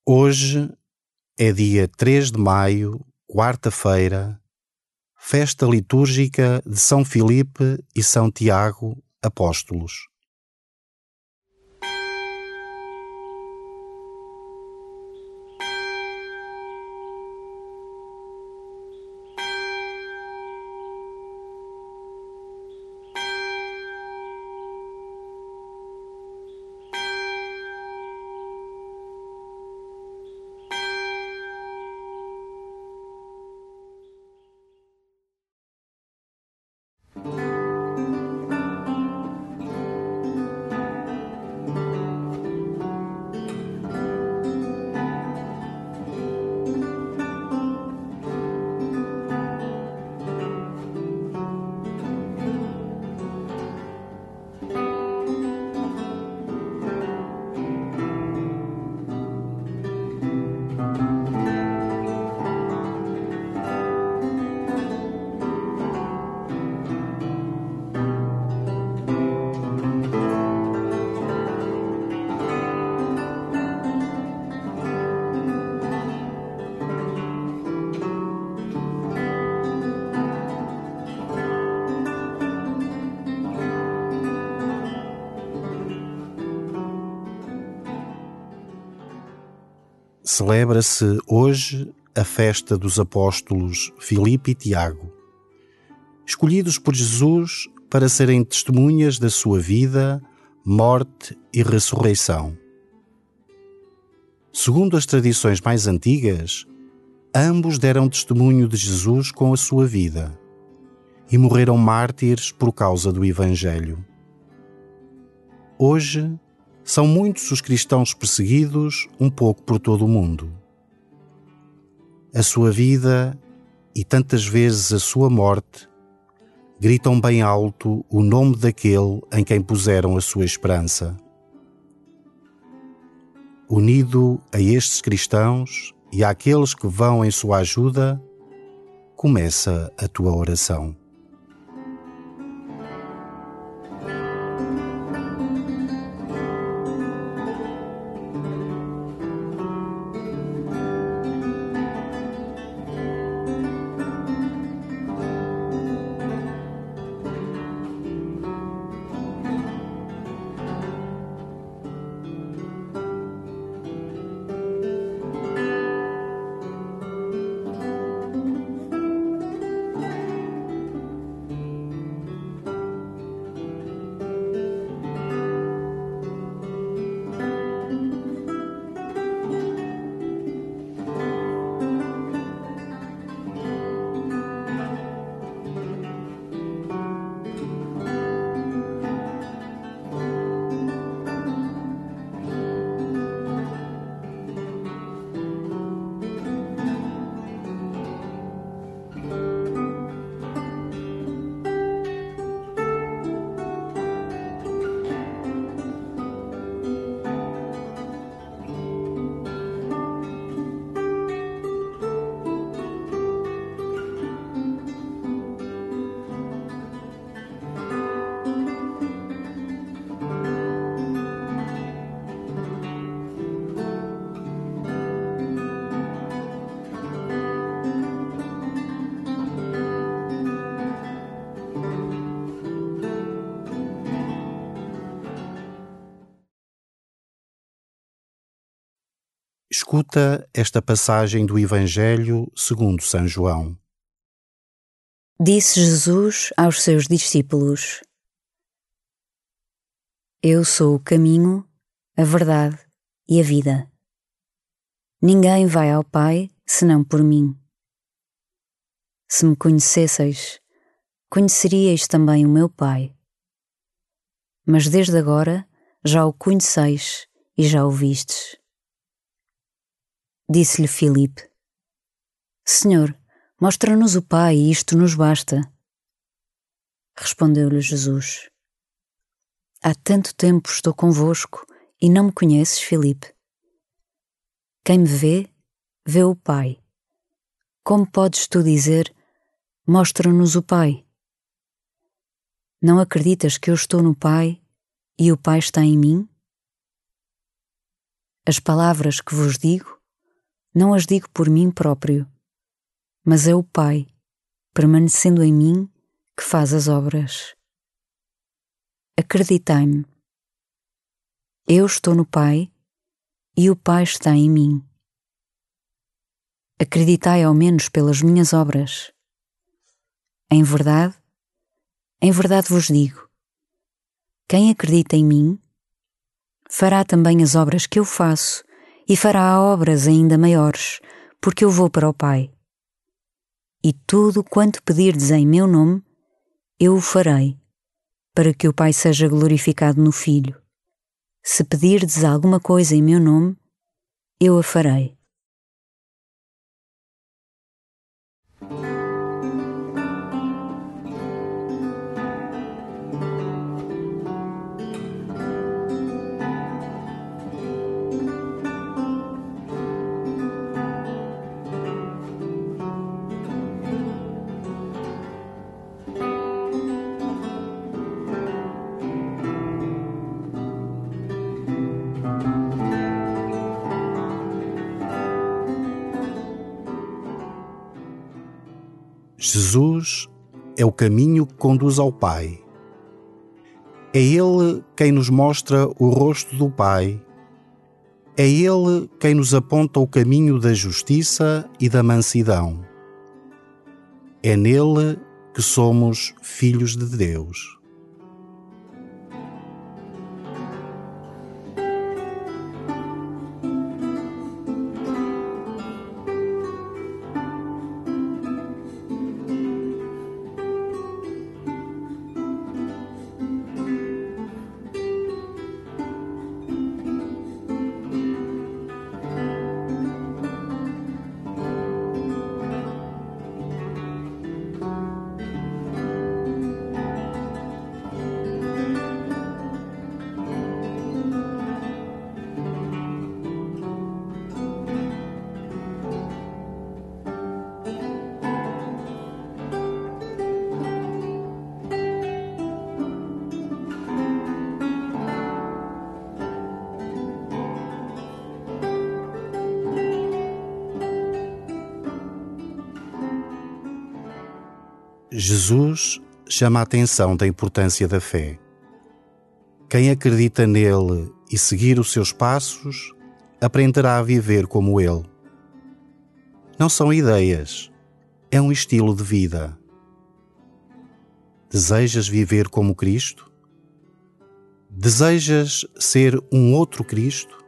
Hoje é dia 3 de maio, quarta-feira, festa litúrgica de São Filipe e São Tiago, apóstolos. Celebra-se hoje a festa dos apóstolos Filipe e Tiago, escolhidos por Jesus para serem testemunhas da sua vida, morte e ressurreição. Segundo as tradições mais antigas, ambos deram testemunho de Jesus com a sua vida e morreram mártires por causa do Evangelho. Hoje, são muitos os cristãos perseguidos um pouco por todo o mundo. A sua vida e tantas vezes a sua morte gritam bem alto o nome daquele em quem puseram a sua esperança. Unido a estes cristãos e àqueles que vão em sua ajuda, começa a tua oração. Escuta esta passagem do Evangelho segundo São João. Disse Jesus aos seus discípulos: Eu sou o caminho, a verdade e a vida. Ninguém vai ao Pai senão por mim. Se me conhecesseis, conheceríeis também o meu Pai. Mas desde agora já o conheceis e já o vistes. Disse-lhe Filipe: Senhor, mostra-nos o Pai e isto nos basta. Respondeu-lhe Jesus: Há tanto tempo estou convosco e não me conheces, Filipe? Quem me vê, vê o Pai. Como podes tu dizer: Mostra-nos o Pai? Não acreditas que eu estou no Pai e o Pai está em mim? As palavras que vos digo, não as digo por mim próprio, mas é o Pai, permanecendo em mim, que faz as obras. Acreditai-me. Eu estou no Pai e o Pai está em mim. Acreditai ao menos pelas minhas obras. Em verdade vos digo, quem acredita em mim, fará também as obras que eu faço e fará obras ainda maiores, porque eu vou para o Pai. E tudo quanto pedirdes em meu nome, eu o farei, para que o Pai seja glorificado no Filho. Se pedirdes alguma coisa em meu nome, eu a farei. Jesus é o caminho que conduz ao Pai. É Ele quem nos mostra o rosto do Pai. É Ele quem nos aponta o caminho da justiça e da mansidão. É nele que somos filhos de Deus. Jesus chama a atenção da importância da fé. Quem acredita nele e seguir os seus passos, aprenderá a viver como ele. Não são ideias, é um estilo de vida. Desejas viver como Cristo? Desejas ser um outro Cristo?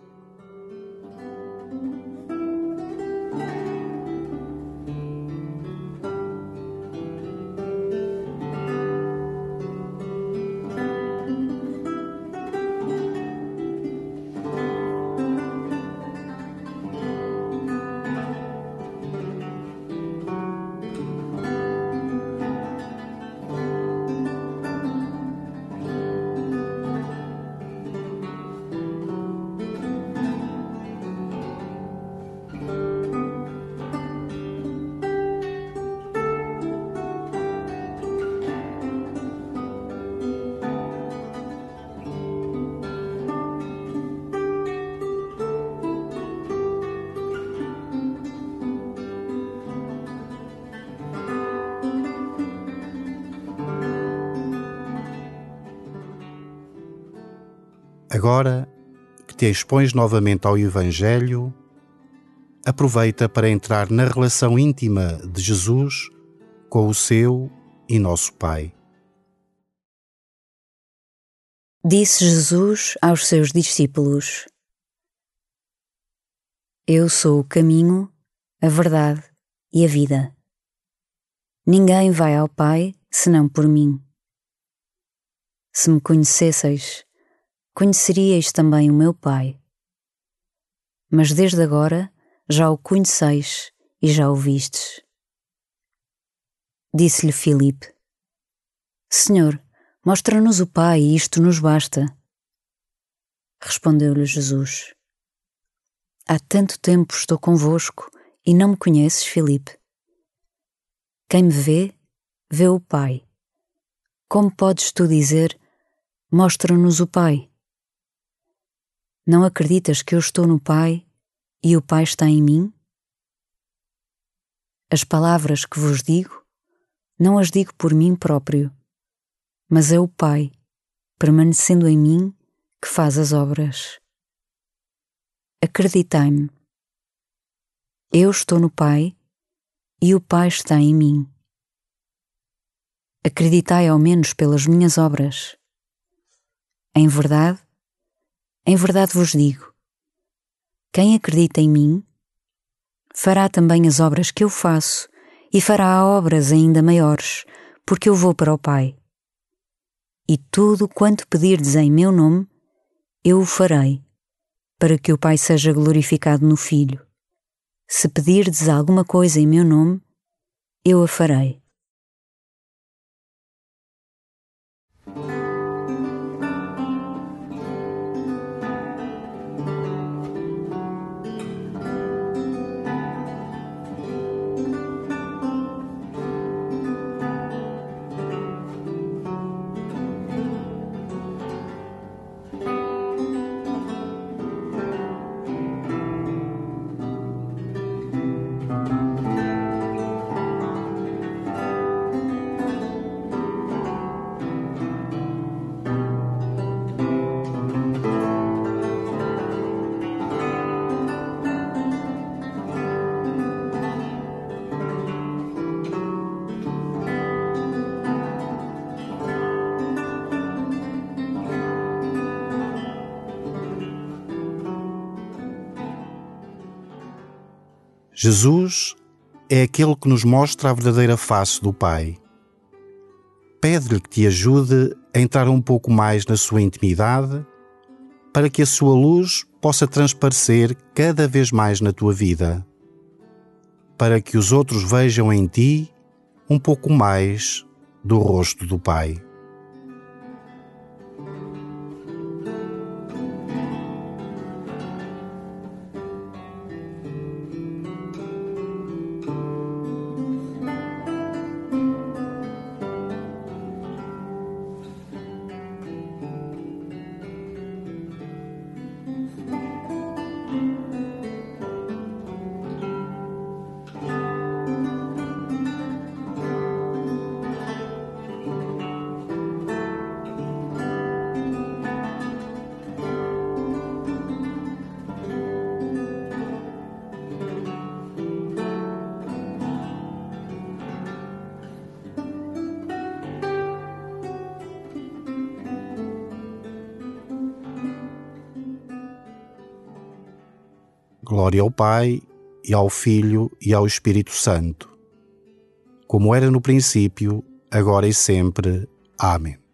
Agora que te expões novamente ao Evangelho, aproveita para entrar na relação íntima de Jesus com o seu e nosso Pai. Disse Jesus aos seus discípulos: Eu sou o caminho, a verdade e a vida. Ninguém vai ao Pai senão por mim. Se me conhecesseis, conheceríeis também o meu Pai. Mas desde agora já o conheceis e já o vistes. Disse-lhe Filipe: Senhor, mostra-nos o Pai e isto nos basta. Respondeu-lhe Jesus: Há tanto tempo estou convosco e não me conheces, Filipe? Quem me vê, vê o Pai. Como podes tu dizer: Mostra-nos o Pai? Não acreditas que eu estou no Pai e o Pai está em mim? As palavras que vos digo, não as digo por mim próprio, mas é o Pai, permanecendo em mim, que faz as obras. Acreditai-me. Eu estou no Pai e o Pai está em mim. Acreditai ao menos pelas minhas obras. Em verdade vos digo, quem acredita em mim, fará também as obras que eu faço e fará obras ainda maiores, porque eu vou para o Pai. E tudo quanto pedirdes em meu nome, eu o farei, para que o Pai seja glorificado no Filho. Se pedirdes alguma coisa em meu nome, eu a farei. Jesus é aquele que nos mostra a verdadeira face do Pai. Pede-lhe que te ajude a entrar um pouco mais na sua intimidade, para que a sua luz possa transparecer cada vez mais na tua vida, para que os outros vejam em ti um pouco mais do rosto do Pai. Glória ao Pai, e ao Filho, e ao Espírito Santo, como era no princípio, agora e sempre. Amém.